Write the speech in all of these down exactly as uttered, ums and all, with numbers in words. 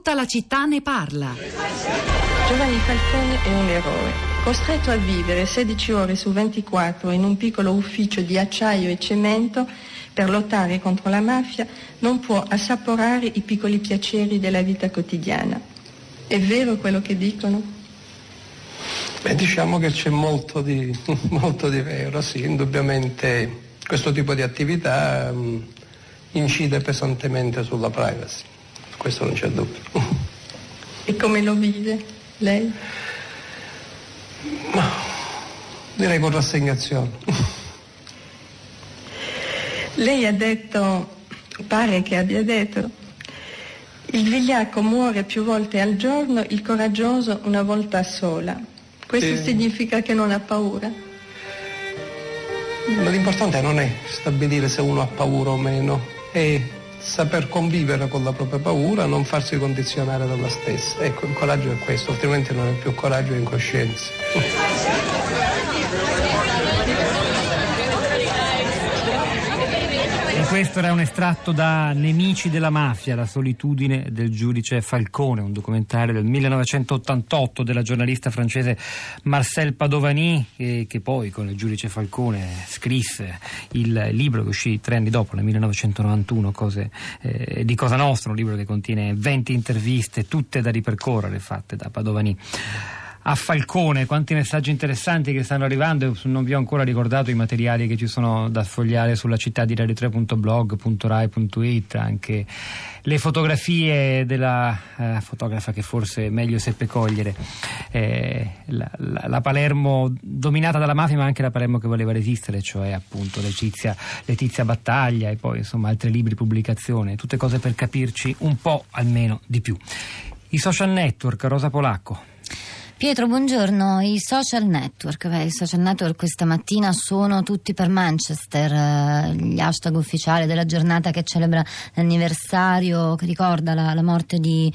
Tutta la città ne parla. Giovanni Falcone è un eroe. Costretto a vivere sedici ore su ventiquattro in un piccolo ufficio di acciaio e cemento per lottare contro la mafia, non può assaporare i piccoli piaceri della vita quotidiana. È vero quello che dicono? Beh, diciamo che c'è molto di, molto di vero, sì, indubbiamente questo tipo di attività um, incide pesantemente sulla privacy, questo non c'è dubbio. E come lo vive lei? Ma direi con rassegnazione. Lei ha detto, pare che abbia detto, il vigliacco muore più volte al giorno, il coraggioso una volta sola. Questo sì. Significa che non ha paura? Ma l'importante non è stabilire se uno ha paura o meno, è saper convivere con la propria paura, non farsi condizionare dalla stessa. Ecco, il coraggio è questo, altrimenti non è più coraggio, è incoscienza. Questo era un estratto da Nemici della mafia, la solitudine del giudice Falcone, un documentario del millenovecentottantotto della giornalista francese Marcel Padovani, che, che poi con il giudice Falcone scrisse il libro che uscì tre anni dopo, nel millenovecentonovantuno, Cose, eh, di Cosa Nostra, un libro che contiene venti interviste, tutte da ripercorrere, fatte da Padovani a Falcone. Quanti messaggi interessanti che stanno arrivando. Non vi ho ancora ricordato i materiali che ci sono da sfogliare sulla città di radio tre punto blog punto rai punto it, anche le fotografie della eh, fotografa che forse meglio seppe cogliere eh, la, la, la Palermo dominata dalla mafia, ma anche la Palermo che voleva resistere, cioè appunto Letizia, Letizia Battaglia, e poi insomma altri libri, pubblicazione, tutte cose per capirci un po' almeno di più. I social network, Rosa Polacco. Pietro, buongiorno. I social network, beh, i social network questa mattina sono tutti per Manchester, gli hashtag ufficiali della giornata che celebra l'anniversario, che ricorda la, la morte di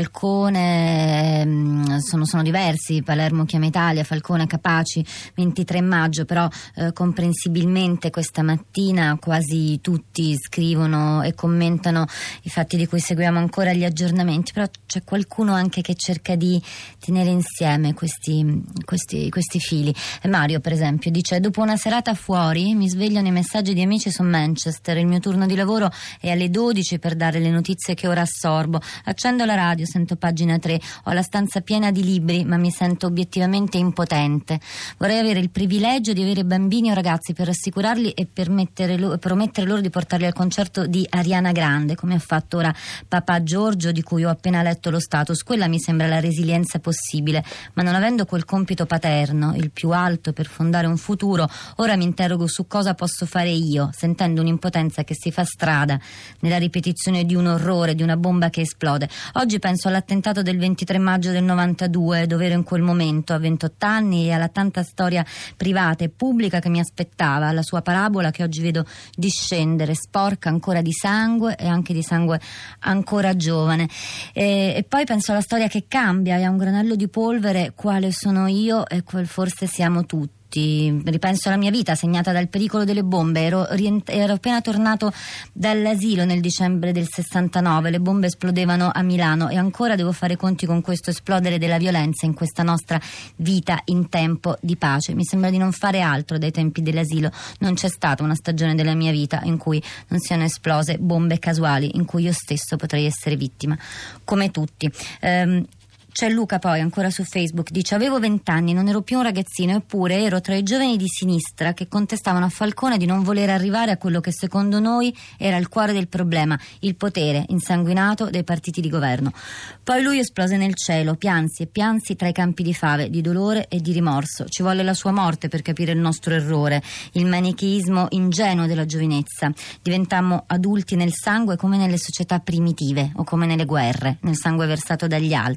Falcone, sono, sono diversi. Palermo chiama Italia, Falcone Capaci, ventitré maggio, però eh, comprensibilmente questa mattina quasi tutti scrivono e commentano i fatti di cui seguiamo ancora gli aggiornamenti, però c'è qualcuno anche che cerca di tenere insieme Questi, questi, questi fili. E Mario, per esempio, dice: dopo una serata fuori mi svegliano i messaggi di amici su Manchester, il mio turno di lavoro è alle dodici per dare le notizie che ora assorbo, accendo la radio, sento pagina tre, ho la stanza piena di libri ma mi sento obiettivamente impotente. Vorrei avere il privilegio di avere bambini o ragazzi per rassicurarli e permettere lo, promettere loro di portarli al concerto di Ariana Grande, come ha fatto ora papà Giorgio, di cui ho appena letto lo status. Quella mi sembra la resilienza possibile, ma non avendo quel compito paterno, il più alto per fondare un futuro, ora mi interrogo su cosa posso fare io, sentendo un'impotenza che si fa strada nella ripetizione di un orrore, di una bomba che esplode. Oggi penso all'attentato del ventitré maggio del novantadue, dove ero in quel momento a ventotto anni, e alla tanta storia privata e pubblica che mi aspettava, alla sua parabola che oggi vedo discendere, sporca ancora di sangue, e anche di sangue ancora giovane. E, e poi penso alla storia che cambia e a un granello di polvere quale sono io e quel forse siamo tutti. Ripenso alla mia vita segnata dal pericolo delle bombe. Ero, rient- ero appena tornato dall'asilo nel dicembre del sessantanove, le bombe esplodevano a Milano e ancora devo fare conti con questo esplodere della violenza in questa nostra vita in tempo di pace. Mi sembra di non fare altro dai tempi dell'asilo. Non c'è stata una stagione della mia vita in cui non siano esplose bombe casuali, in cui io stesso potrei essere vittima, come tutti. Ehm, C'è Luca poi ancora su Facebook, dice: avevo vent'anni, non ero più un ragazzino, eppure ero tra i giovani di sinistra che contestavano a Falcone di non voler arrivare a quello che secondo noi era il cuore del problema, il potere insanguinato dei partiti di governo. Poi lui esplose nel cielo, piansi e piansi tra i campi di fave, di dolore e di rimorso. Ci volle la sua morte per capire il nostro errore, il manicheismo ingenuo della giovinezza. Diventammo adulti nel sangue come nelle società primitive o come nelle guerre, nel sangue versato dagli altri, e oggi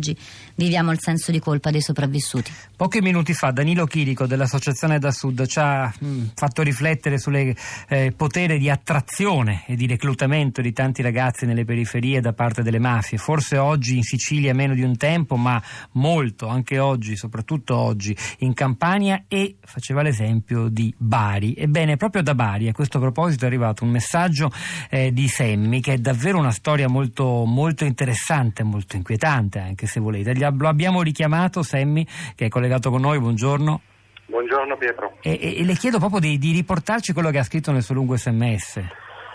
oggi viviamo il senso di colpa dei sopravvissuti. Pochi minuti fa Danilo Chirico dell'Associazione Da Sud ci ha mh, fatto riflettere sulle eh, potere di attrazione e di reclutamento di tanti ragazzi nelle periferie da parte delle mafie. Forse oggi in Sicilia meno di un tempo, ma molto, anche oggi, soprattutto oggi, in Campania, e faceva l'esempio di Bari. Ebbene, proprio da Bari a questo proposito è arrivato un messaggio eh, di Semmi, che è davvero una storia molto, molto interessante, molto inquietante anche, se volete. Lo abbiamo richiamato, Semmi, che è collegato con noi. Buongiorno. Buongiorno Pietro. E, e, e le chiedo proprio di, di riportarci quello che ha scritto nel suo lungo sms.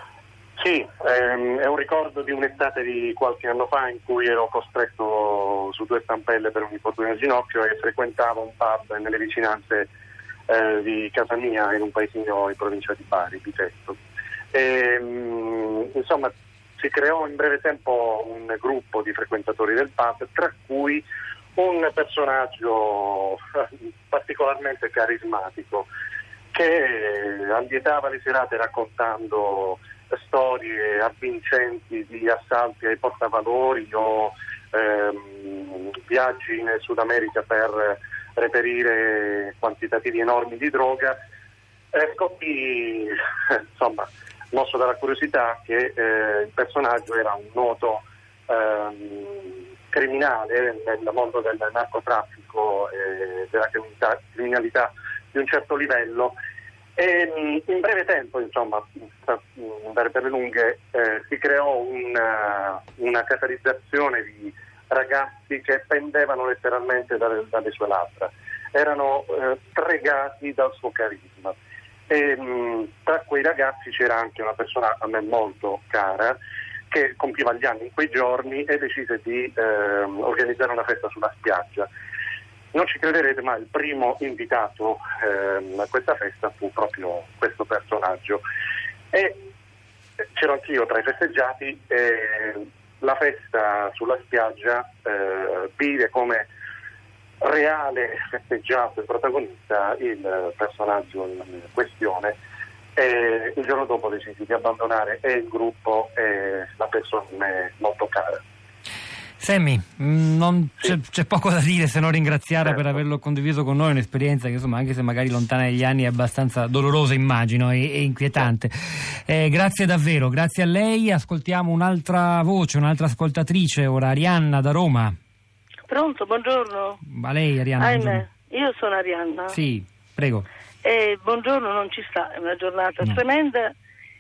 Sì, ehm, è un ricordo di un'estate di qualche anno fa in cui ero costretto su due stampelle per un infortunio al ginocchio e frequentavo un pub nelle vicinanze eh, di casa mia, in un paesino in provincia di Bari, Bitesto. E, mh, insomma, si creò in breve tempo un gruppo di frequentatori del pub, tra cui un personaggio particolarmente carismatico che allietava le serate raccontando storie avvincenti di assalti ai portavalori o ehm, viaggi in Sud America per reperire quantitativi enormi di droga. Ecco qui, insomma, mosso dalla curiosità che eh, il personaggio era un noto ehm, criminale nel mondo del narcotraffico e della criminalità, criminalità di un certo livello, e in breve tempo, insomma, per per le lunghe, eh, si creò una, una catalizzazione di ragazzi che pendevano letteralmente dalle, dalle sue labbra, erano eh, stregati dal suo carisma. E, mh, tra quei ragazzi c'era anche una persona a me molto cara che compiva gli anni in quei giorni e decise di eh, organizzare una festa sulla spiaggia. Non ci crederete, ma il primo invitato eh, a questa festa fu proprio questo personaggio, e c'ero anch'io tra i festeggiati. E la festa sulla spiaggia eh, vide come reale festeggiato e protagonista il personaggio in questione, e il giorno dopo decisi di abbandonare e il gruppo e la persona molto cara. Semmi, non sì. c'è, c'è poco da dire se non ringraziare certo. per averlo condiviso con noi, un'esperienza che, insomma, anche se magari lontana negli anni, è abbastanza dolorosa, immagino, e, e inquietante. Eh, grazie davvero, grazie a lei. Ascoltiamo un'altra voce, un'altra ascoltatrice ora, Arianna da Roma. Pronto, buongiorno. A lei, Arianna. Ahimè, io sono Arianna. Sì, prego. E buongiorno non ci sta, è una giornata no. tremenda.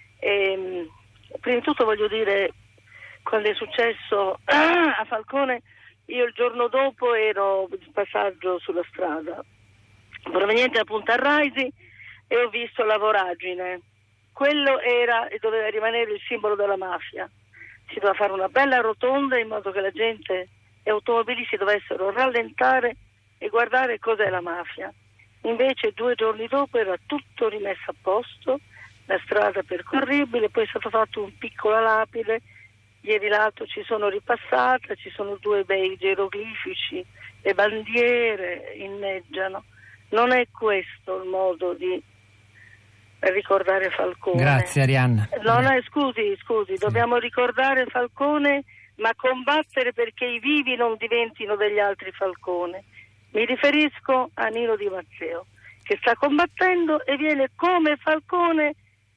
E, prima di tutto voglio dire, quando è successo a Falcone, io il giorno dopo ero di passaggio sulla strada proveniente da Punta Raisi e ho visto la voragine. Quello era e doveva rimanere il simbolo della mafia. Si doveva fare una bella rotonda in modo che la gente e automobilisti dovessero rallentare e guardare cos'è la mafia. Invece due giorni dopo era tutto rimesso a posto, la strada percorribile, poi è stato fatto un piccola lapide. Ieri l'altro ci sono ripassata, ci sono due bei geroglifici, le bandiere inneggiano. Non è questo il modo di ricordare Falcone. Grazie Arianna. Non è, scusi, scusi, sì. Dobbiamo ricordare Falcone, ma combattere perché i vivi non diventino degli altri Falcone. Mi riferisco a Nino Di Matteo, che sta combattendo e viene come Falcone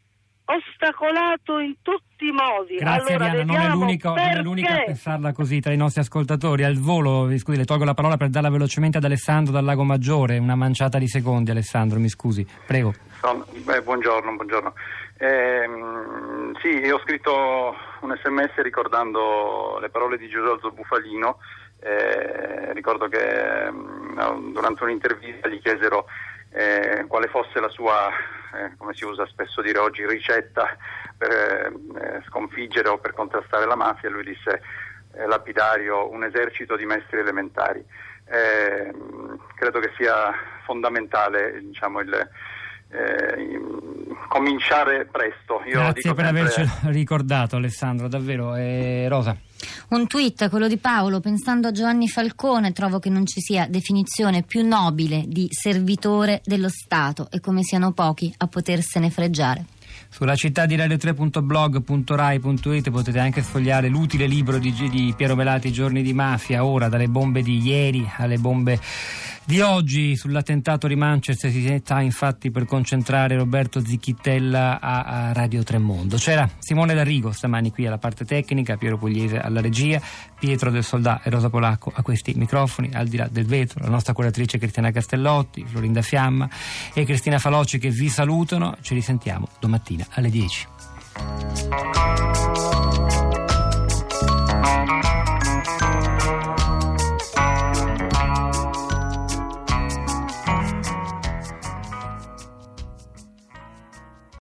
ostacolato in tutti i modi. Grazie allora, Arianna, non è, l'unico, non è l'unica a pensarla così tra i nostri ascoltatori. Al volo, scusi, le tolgo la parola per darla velocemente ad Alessandro dal Lago Maggiore, una manciata di secondi. Alessandro, mi scusi, prego. Beh, buongiorno, buongiorno. Eh, sì, io ho scritto un sms ricordando le parole di Giorgio Bufalino. Eh, ricordo che eh, durante un'intervista gli chiesero eh, quale fosse la sua, eh, come si usa spesso dire oggi, ricetta per eh, sconfiggere o per contrastare la mafia. Lui disse eh, lapidario: un esercito di maestri elementari. Eh, credo che sia fondamentale, diciamo, il Eh, cominciare presto. Io Grazie dico per sempre... avercelo ricordato, Alessandro, davvero. eh, Rosa. Un tweet, quello di Paolo: pensando a Giovanni Falcone trovo che non ci sia definizione più nobile di servitore dello Stato e come siano pochi a potersene fregiare. Sulla città di radio tre punto blog punto rai punto it potete anche sfogliare l'utile libro di, di Piero Melati, Giorni di mafia. Ora, dalle bombe di ieri alle bombe di oggi. Sull'attentato di Manchester si sta infatti per concentrare Roberto Zicchittella a, a Radio Tremondo. C'era Simone D'Arrigo stamani qui alla parte tecnica, Piero Pugliese alla regia, Pietro del Soldà e Rosa Polacco a questi microfoni, al di là del vetro la nostra curatrice Cristiana Castellotti, Florinda Fiamma e Cristina Faloci che vi salutano. Ci risentiamo domattina alle dieci.